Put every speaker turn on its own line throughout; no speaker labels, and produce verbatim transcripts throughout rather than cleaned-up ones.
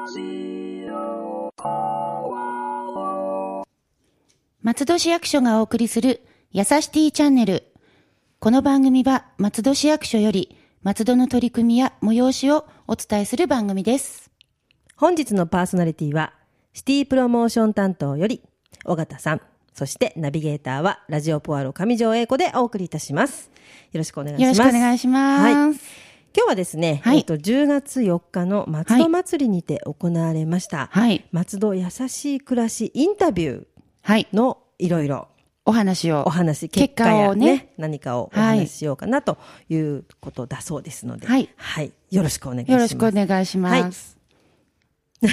松戸市役所がお送りするやさしティーチャンネル。この番組は松戸市役所より松戸の取り組みや催しをお伝えする番組です。
本日のパーソナリティはシティプロモーション担当より尾形さん、そしてナビゲーターはラジオポアロ上条英子でお送りいたします。よろしくお願いします。
よろしくお願いします。
はい、今日はですね、
はい、
えっと、じゅうがつよっかの松戸祭りにて行われました、
はい、
松戸やさしい暮らしインタビューのいろいろ
お話を
お話結果や、ね、結果をね何かをお話ししようかなということだそうですので、
はい
はい、よろしくお願いします。
よろしくお願いします。
はい、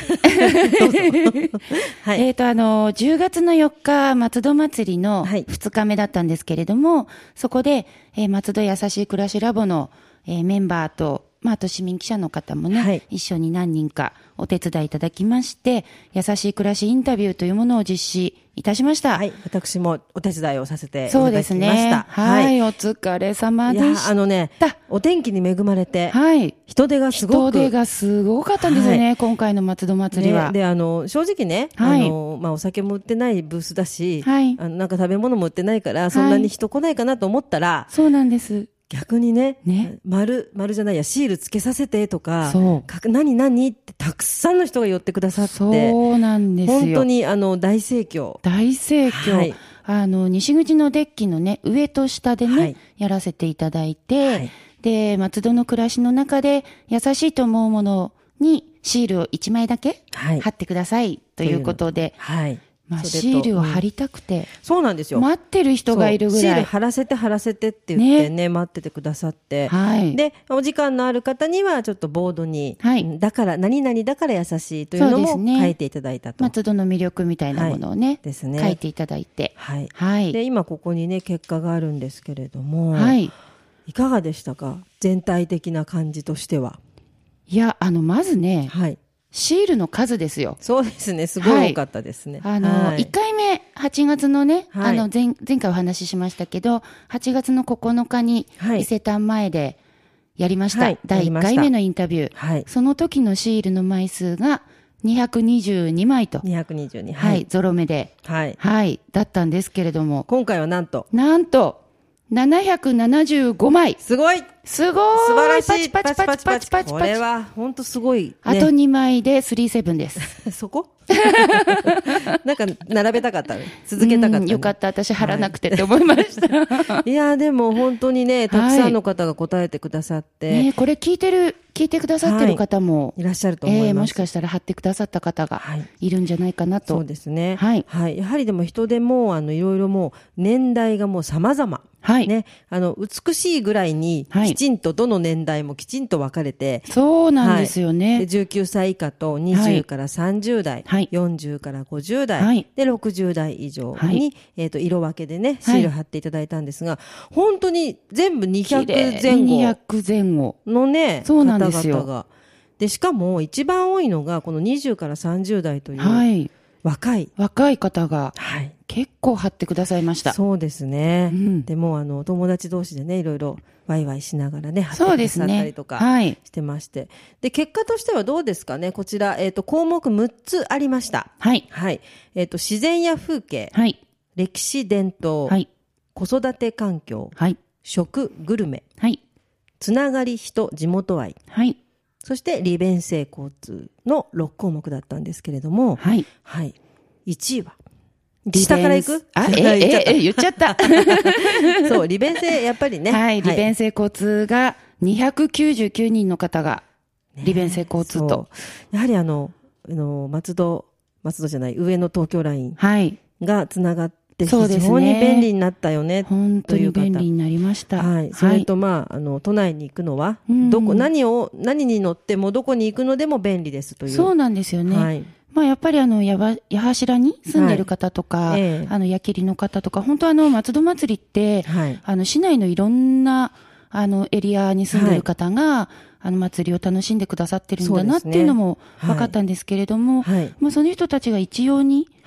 はい、えっと、あの、じゅうがつのよっか、松戸祭りのふつかめだったんですけれども、はい、そこで、えー、松戸やさしい暮らしラボの、えー、メンバーと、まあ、あと市民記者の方もね、はい、一緒に何人かお手伝いいただきまして、やさしい暮らしインタビューというものを実施いたしました。
はい、私もお手伝いをさせていただきました。
そうですね。はい、はい、お疲れ様でした。いや、
あのね、お天気に恵まれて、
はい、
人手がすごく。
人手がすごかったんですよね、はい、今回の松戸祭りは。
ね、で、あの、正直ね、はい、あの、まあ、お酒も売ってないブースだし、はい、あのなんか食べ物も売ってないから、そんなに人来ないかなと思ったら、
はい、そうなんです。
逆にね、
ね、
丸、丸じゃないや、シールつけさせてとか、そう。何何ってたくさんの人が寄ってくださって。
そうなんですよ。
本当に、あの、大盛況。
大盛況。はい、あの、西口のデッキのね、上と下でね、はい、やらせていただいて、はい、で、松戸の暮らしの中で優しいと思うものにシールをいちまいだけ貼ってくださいということで、
はい。
まあ、シールを貼りたくて、うん、
そうなんですよ。
待ってる人がいるぐらい。
シール貼らせて貼らせてって言ってね、ね、待っててくださって、はい、で、お時間のある方にはちょっとボードに、はい、だから、何々だから優しいというのも書いていただいたと。
松戸の魅力みたいなものをね、はい、ですね、書いていただいて。
はい。はい。で、今ここにね、結果があるんですけれども、
はい。
いかがでしたか？全体的な感じとしては。
いや、あの、まずね、
はい。
シールの数ですよ。
そうですね。すごい多かったですね。
はい、あの、はい、いっかいめ、はちがつのね、はい、あの前、前回お話ししましたけど、はちがつのここのかに、伊勢丹前でやりました。はい、だいいっかいめのインタビュー。はい、その時のシールの枚数がにひゃくにじゅうにまいと。
にひゃくにじゅうに。
はい、はい、ゾロ目で。はい。はい。だったんですけれども。
今回はなんと。
なんと、ななひゃくななじゅうごまい。
すごい
すごい
素晴らしい
パチパチパチパチパチパチ。
これは本当すごい、ね。
あとにまいでスリーセブンです。
そこなんか並べたかったね。続けたかった、ね。
よかった。私貼らなくてって思いました。
はい、いや、でも本当にね、たくさんの方が答えてくださって。
はい、ね、これ聞いてる、聞いてくださってる方も、
はい、いらっしゃると思います。
えー、もしかしたら貼ってくださった方がいるんじゃないかなと。
はい、そうですね。
はい。
はい。やはりでも人でも、あの、いろいろもう、年代がもう様々。はい。ね。あの、美しいぐらいに、きちんとどの年代もきちんと分かれて。
そうなんですよね。
はい、でじゅうきゅうさい以下とにじゅうからさんじゅうだい、はい、よんじゅうからごじゅうだい、はい、でろくじゅうだい以上に、はい、えっと、色分けでね、シール貼っていただいたんですが、はい、本当に全部にひゃくぜん後。
にひゃくぜん後。
のね、
そうなんですよ。
方々が。で、しかも一番多いのが、このにじゅうからさんじゅうだいという、はい、若い。
若い方が。はい。結構貼ってくださいました。
そうですね。うん、でも、あの、友達同士でね、いろいろワイワイしながらね、貼ってくださったりとかしてまして。で、ね、はい、結果としてはどうですかね。こちら、えっと、項目むっつありました。はい。はい。えっと、自然や風景。はい。歴史伝統。はい。子育て環境。はい。食、グルメ。はい。つながり、人、地元愛。はい。そして、利便性交通のろっこうもくだったんですけれども。はい。はい。いちいは下から行く
あ、え、え、え、言っちゃった。
そう、利便性、やっぱりね。
はい、利便性交通がにひゃくきゅうじゅうきゅうにんの方が、利便性交通と。
やはりあの、あの、松戸、松戸じゃない、上野東京ラインがつながって、非常に便利になったよね。
本当に便利になりました。
はい。それと、まあ、あの、都内に行くのは、どこ、何を、何に乗っても、どこに行くのでも便利ですという。
そうなんですよね。はい。まあ、やっぱりあの、やば、八柱に住んでる方とか、はい、ええ、あの、矢切の方とか、本当あの、松戸祭りって、はい、あの、市内のいろんな、あの、エリアに住んでる方が、はい、あの、祭りを楽しんでくださってるんだなっていうのも分かったんですけれども、はい、まあ、その人たちが一様に、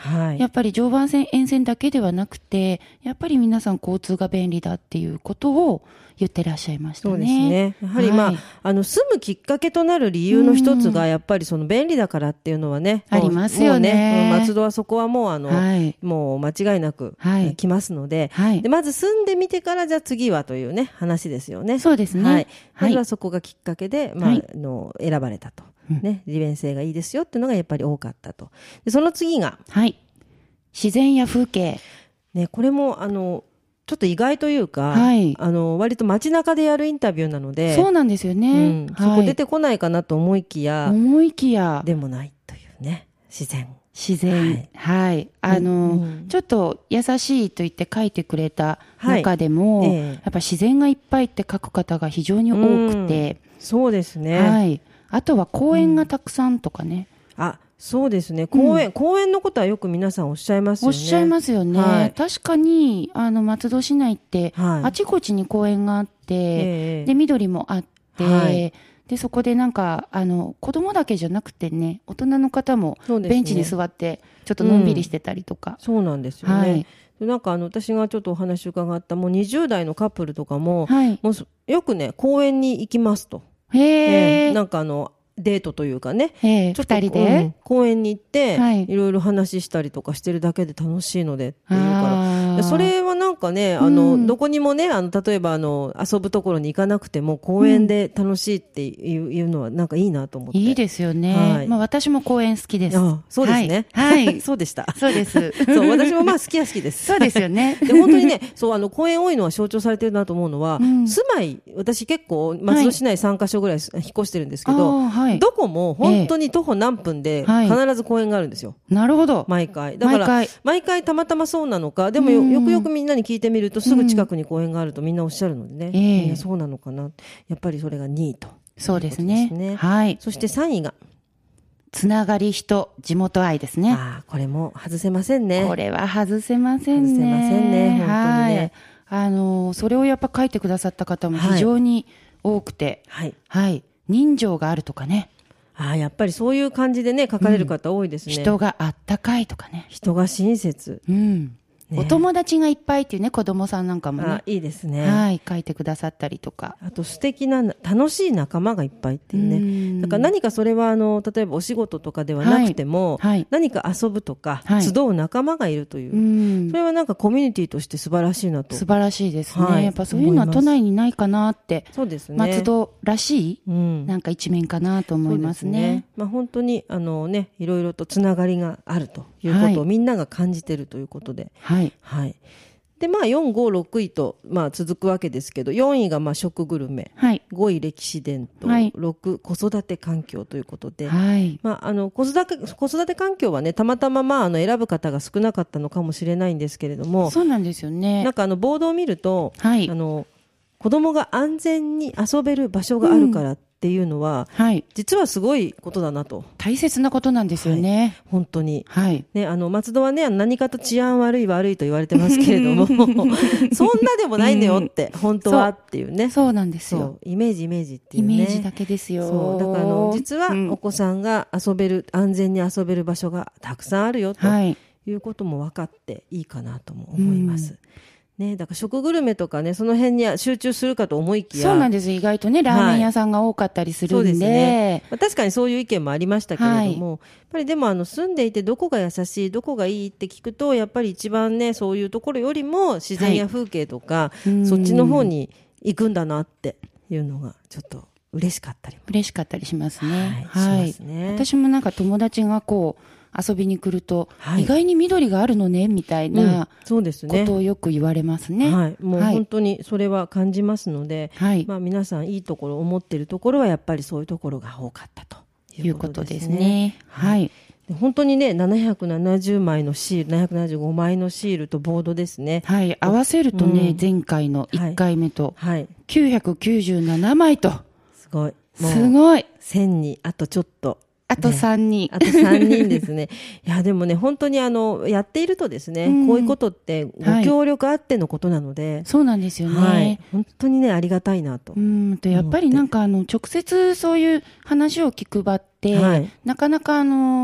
はい、やっぱり常磐線沿線だけではなくて、やっぱり皆さん交通が便利だっていうことを言ってらっしゃいましたね。
そうですね。やはり、まあ、はい、あの住むきっかけとなる理由の一つがやっぱりその便利だからっていうのはね、
ありますよね。
もうね、松戸はそこはもうあの、はい、もう間違いなく来ますので、はい、でまず住んでみてからじゃあ次はというね話ですよね。
そうですね。
はい。まずはそこがきっかけで、まあ、はい、の選ばれたと。ね、利便性がいいですよっていうのがやっぱり多かったと。でその次が、
はい、自然や風景、
ね、これもあのちょっと意外というか、はい、あの割と街中でやるインタビューなので、
そうなんですよね、うん
はい、そこ出てこないかなと思いきや
思いきや
でもないというね、自然
自然、はい、はい、あの、うん、ちょっと優しいと言って書いてくれた中でも、はい、えー、やっぱ自然がいっぱいって書く方が非常に多くて、
うん、そうですね、
はい、あとは公園がたくさんとかね、
うん、あ、そうですね、公園、うん、公園のことはよく皆さんおっしゃいますよね。
おっしゃいますよね、はい、確かにあの松戸市内って、はい、あちこちに公園があって、えー、で緑もあって、はい、でそこでなんかあの子供だけじゃなくてね、大人の方もベンチに座ってちょっとのんびりしてたりとか、
うん、そうなんですよね、はい、なんかあの私がちょっとお話伺ったもうにじゅう代のカップルとかも、はい、もうよくね公園に行きますと。
へー、
えー、なんかあのデートというかね、
えー、ふたりで、
うん、公園に行って、はい、いろいろ話したりとかしてるだけで楽しいのでっていうから、それはなんかね、あの、うん、どこにもね、あの例えばあの遊ぶところに行かなくても公園で楽しいっていう、うん、いうのはなんかいいなと思って。
いいですよね、はい、まあ、私も公園好きです。
あ、そうですね、はい、はい、そうでした。
そうです
そう、私もまあ好きは好きです。
そうですよね。
で本当にね、そう、あの公園多いのは象徴されてるなと思うのは、うん、住まい、私結構松戸市内さんカ所ぐらい引っ越してるんですけど、はい、どこも本当に徒歩何分で必ず公園があるんですよ、
はい、なるほど。
毎回だから毎 回, 毎回たまたまそうなのか、でも よ, よくよくみんなに聞いてみるとすぐ近くに公園があるとみんなおっしゃるのでね、うん、みんなそうなのかな、やっぱりそれがにいと、
そうですね、はい、
そしてさんいが
つながり人地元愛ですね。
あ、これも外せませんね。
これは外せませんね。
外せませんね、本当にね、はい、
あのそれをやっぱ書いてくださった方も非常に多くて、はいはい、人情があるとかね、
あ、やっぱりそういう感じでね書かれる方多いですね、
うん、人があったかいとかね、
人が親切、
うんね、お友達がいっぱいっていうね、子供さんなんかもね、
あ、いいですね、
はい、書いてくださったりとか、
あと素敵な楽しい仲間がいっぱいっていうね、うんだから何かそれはあの例えばお仕事とかではなくても、はいはい、何か遊ぶとか、はい、集う仲間がいるという、うんそれはなんかコミュニティとして素晴らしいなと。
素晴らしいですね、はい、やっぱそういうのは都内にないかなって。
そうですね、
松戸らしい、うん、なんか一面かなと思いますね。そうですね、
まあ、本当にあの、ね、いろいろとつながりがあるということをみんなが感じているということで、はいはいでまあ、よん、ご、ろくいと、まあ、続くわけですけど、よんいがまあ食グルメ、はい、ごい歴史伝統、はい、ろく子育て環境ということで、はいまあ、あの子育て、子育て環境はねたまたま、まあ、あの選ぶ方が少なかったのかもしれないんですけれども、
そうなんですよね。
なんかあのボードを見ると、はい、あの子供が安全に遊べる場所があるからっていうのは、うんはい、実はすごいことだなと。
大切なことなんですよね、
はい、本当に、はいね、あの松戸はね何かと治安悪い悪いと言われてますけれどもそんなでもないんだよって、うん、本当はっていうね。
そうなんですよ。
そうイメージイメージっていうね、
イメージだけですよ。
そうだからあの実はお子さんが遊べる、うん、安全に遊べる場所がたくさんあるよということも分かっていいかなとも思います、うんね、だから食グルメとかねその辺に集中するかと思いきや、
そうなんです。意外とねラーメン屋さんが多かったりするんで、はい、そうですね、
まあ、確かにそういう意見もありましたけれども、はい、やっぱりでもあの住んでいてどこが優しいどこがいいって聞くとやっぱり一番ねそういうところよりも自然や風景とか、はい、そっちの方に行くんだなっていうのがちょっと嬉しかったりも
嬉しかったりしますね、はい
はい、しますね。
私もなんか友達がこう遊びに来ると、はい、意外に緑があるのねみたいなことをよく言われますね、
うん、そうですね、はい、もう本当にそれは感じますので、はいまあ、皆さんいいところ思っているところはやっぱりそういうところが多かったということですね。いうことですね、はい、本当にねななひゃくななじゅうまいのシールななひゃくななじゅうごまいのシールとボードですね、
はい、合わせるとね、うん、前回のいっかいめと、はい、きゅうひゃくきゅうじゅうななまいと
すごい
すごい
せんにあとちょっと
あとさんにん、
ね、あとさんにんですねいやでもね本当にあのやっているとですね、うん、こういうことってご協力あってのことなので、はい、
そうなんですよね、はい、
本当にねありがたいなと。
うんとやっぱりなんかあの直接そういう話を聞く場って、はい、なかなかあの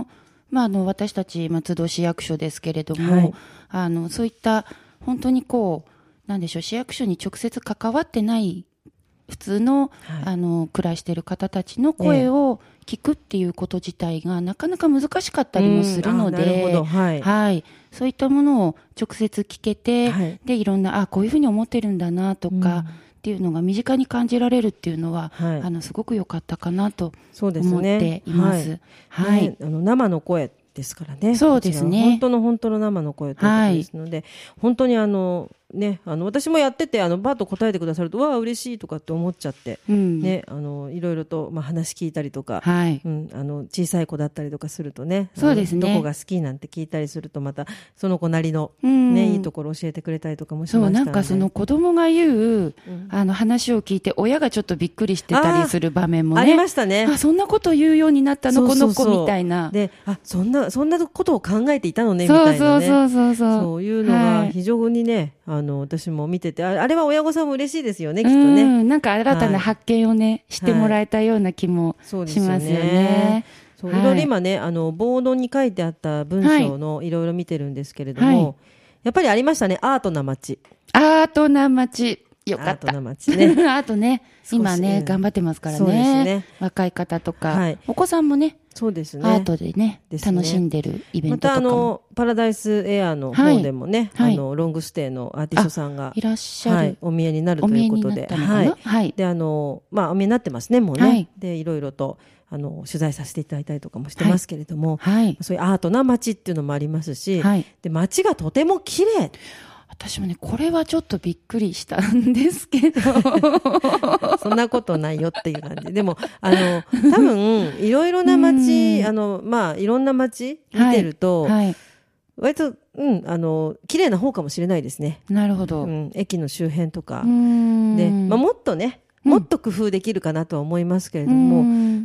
まあ、あの私たち松戸市役所ですけれども、はい、あのそういった本当にこうなんでしょう、市役所に直接関わってない普通の、はい、あの暮らしている方たちの声を聞くっていうこと自体がなかなか難しかったりもするので、はいはい、そういったものを直接聞けて、はい、でいろんなあこういうふうに思ってるんだなとか、うん、っていうのが身近に感じられるっていうのは、はい、あのすごく良かったかなと思っています。
はい、はい、あの生の声ですからね。そうですね。本当の本当の生の声ということですので、はい、本当にあのね、あの私もやっててあのバーッと答えてくださるとわあ嬉しいとかって思っちゃって、うん、ね、あのいろいろと、まあ、話聞いたりとか、はい、うん、あの小さい子だったりとかするとね、そうですね、どこが好きなんて聞いたりするとまたその子なりの、ね、うん、いいところ教えてくれたりとかもしましたので、
そうなんかその子供が言う、うん、あの話を聞いて親がちょっとびっくりしてたりする場面もね
あ, ありましたね。
あそんなこと言うようになったのこの子みたいな、
であそんなそんなことを考えていたのねみたいなね、そうそうそうそうそういうのが非常にね、はい、あの私も見てて あ, あれは親御さんも嬉しいですよねきっとね。
うんなんか新たな発見をね、はい、してもらえたような気もしますよね。はい、そうですよね。
そう、はい、いろいろ今ねあのボードに書いてあった文章のいろいろ見てるんですけれども、はい、やっぱりありましたね、アートな街。
アートな街よかった。
アートな街ね。
アートね今ね、うん、頑張ってますから ね, そうですね、若い方とか、はい、お子さんもねそうですね、アートで ね, でね楽しんでるイベントとかも、またあの
パラダイスエアの方でもね、はい、あのロングステイのアーティストさんが
いらっしゃる、はい、
お見えになるということで、はい、はい、であのまあお見えになってますねもうね、はい、でいろいろとあの取材させていただいたりとかもしてますけれども、はいはい、そういうアートな街っていうのもありますし、はい、で街がとても綺麗。
私もねこれはちょっとびっくりしたんですけど
そんなことないよっていう感じでもあの多分いろいろな街あのまあいろんな街見てると、はいはい、割とうんあの綺麗な方かもしれないですね。
なるほど、
うん、駅の周辺とかで、まあ、もっとねもっと工夫できるかなとは思いますけれども、うん、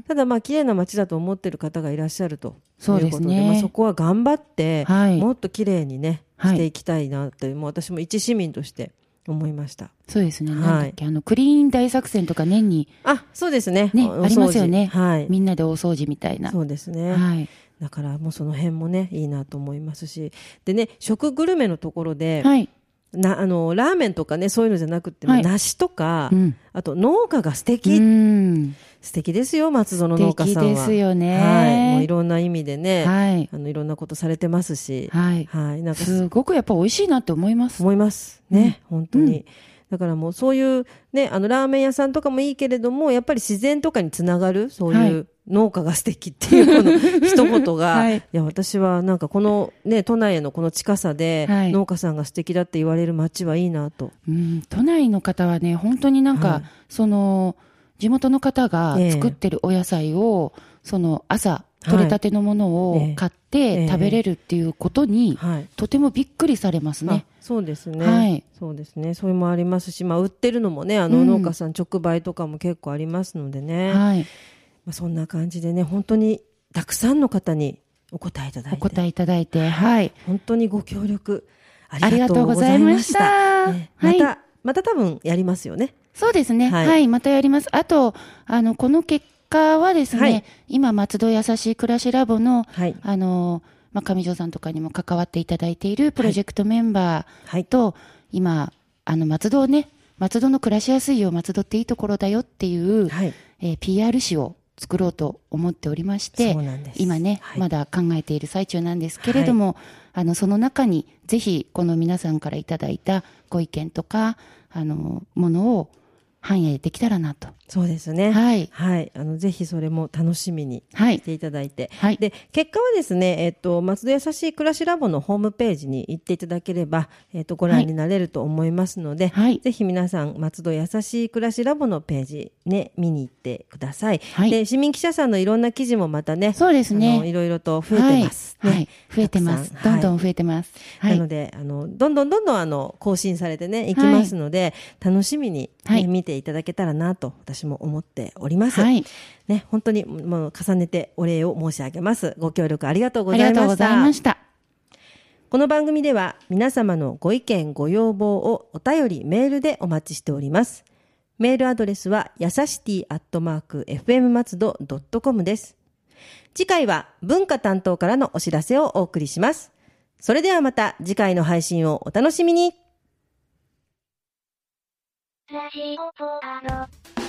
ただまあ綺麗な街だと思ってる方がいらっしゃるということで、 そうですね、まあ、そこは頑張って、はい、もっと綺麗にねしていきたいなという、もう私も一市民として思いました。
そうですね、はい、なんだっけあのクリーン大作戦とか年に
あそうです ね,
ねありますよね、はい、みんなで大掃除みたいな。
そうですね、はい、だからもうその辺もねいいなと思いますし、でね食グルメのところで、はい、なあのラーメンとかねそういうのじゃなくて、はい、梨とか、うん、あと農家が素敵、うん素敵ですよ松戸の農家さんは。素敵ですよね、はい、もういろんな意味でね、はい、あのいろんなことされてますし、はいはい、なんか
すごくやっぱ美味しいなって思います
思いますね、うん、本当に、うん、だからもうそういう、ね、あのラーメン屋さんとかもいいけれどもやっぱり自然とかにつながるそういう、はい農家が素敵っていうこの一言が、はい、いや私はなんかこの、ね、都内へのこの近さで、はい、農家さんが素敵だって言われる街はいいなと、
うん、都内の方はね本当になんか、はい、その地元の方が作ってるお野菜を、えー、その朝取れたてのものを買って食べれるっていうことに、えーえー、とてもびっくりされますね。
そうですね、はい、そうですね、それもありますし、まあ、売ってるのもねあの農家さん直売とかも結構ありますのでね、うんはいまあ、そんな感じでね本当にたくさんの方にお答えいただいて
お答えいただいて、はい、
本当にご協力ありがとうございました。ねまた、はい、また多分やりますよね。
そうですね、はい、はい、またやります。あとあのこの結果はですね、はい、今松戸やさしい暮らしラボの、はい、あのまあ、上条さんとかにも関わっていただいているプロジェクトメンバーと、はい、今あの松戸をね松戸の暮らしやすいよ松戸っていいところだよっていう、はいえー、ピーアール 誌を作ろうと思っておりまして、今ね、はい、まだ考えている最中なんですけれども、はい、あのその中にぜひこの皆さんからいただいたご意見とかあのものを反映できたらなと。
そうですね。はい。はい。あの、ぜひそれも楽しみにしていただいて。はい。で、結果はですね、えっと、松戸やさしい暮らしラボのホームページに行っていただければ、えっと、ご覧になれると思いますので、はい。ぜひ皆さん、松戸やさしい暮らしラボのページね、見に行ってください。はい。で、市民記者さんのいろんな記事もまたね、そうですね。あの、いろいろと増えてます。
はい。ね、はい、増えてます。どんどん増えてます。
はい。なので、あの、どんどんどんどん、あの、更新されてね、いきますので、はい、楽しみに、ね、はい、見ていただけたらなと、私も思っております。はい。ね、本当にもう重ねてお礼を申し上げます。ご協力ありがとうございました。ありがとうございました。この番組では皆様のご意見ご要望をお便りメールでお待ちしております。メールアドレスはやさしティアットマーク エフエム 松戸ドットコムです。 次回は文化担当からのお知らせをお送りします。それではまた次回の配信をお楽しみに。ラジオポアド。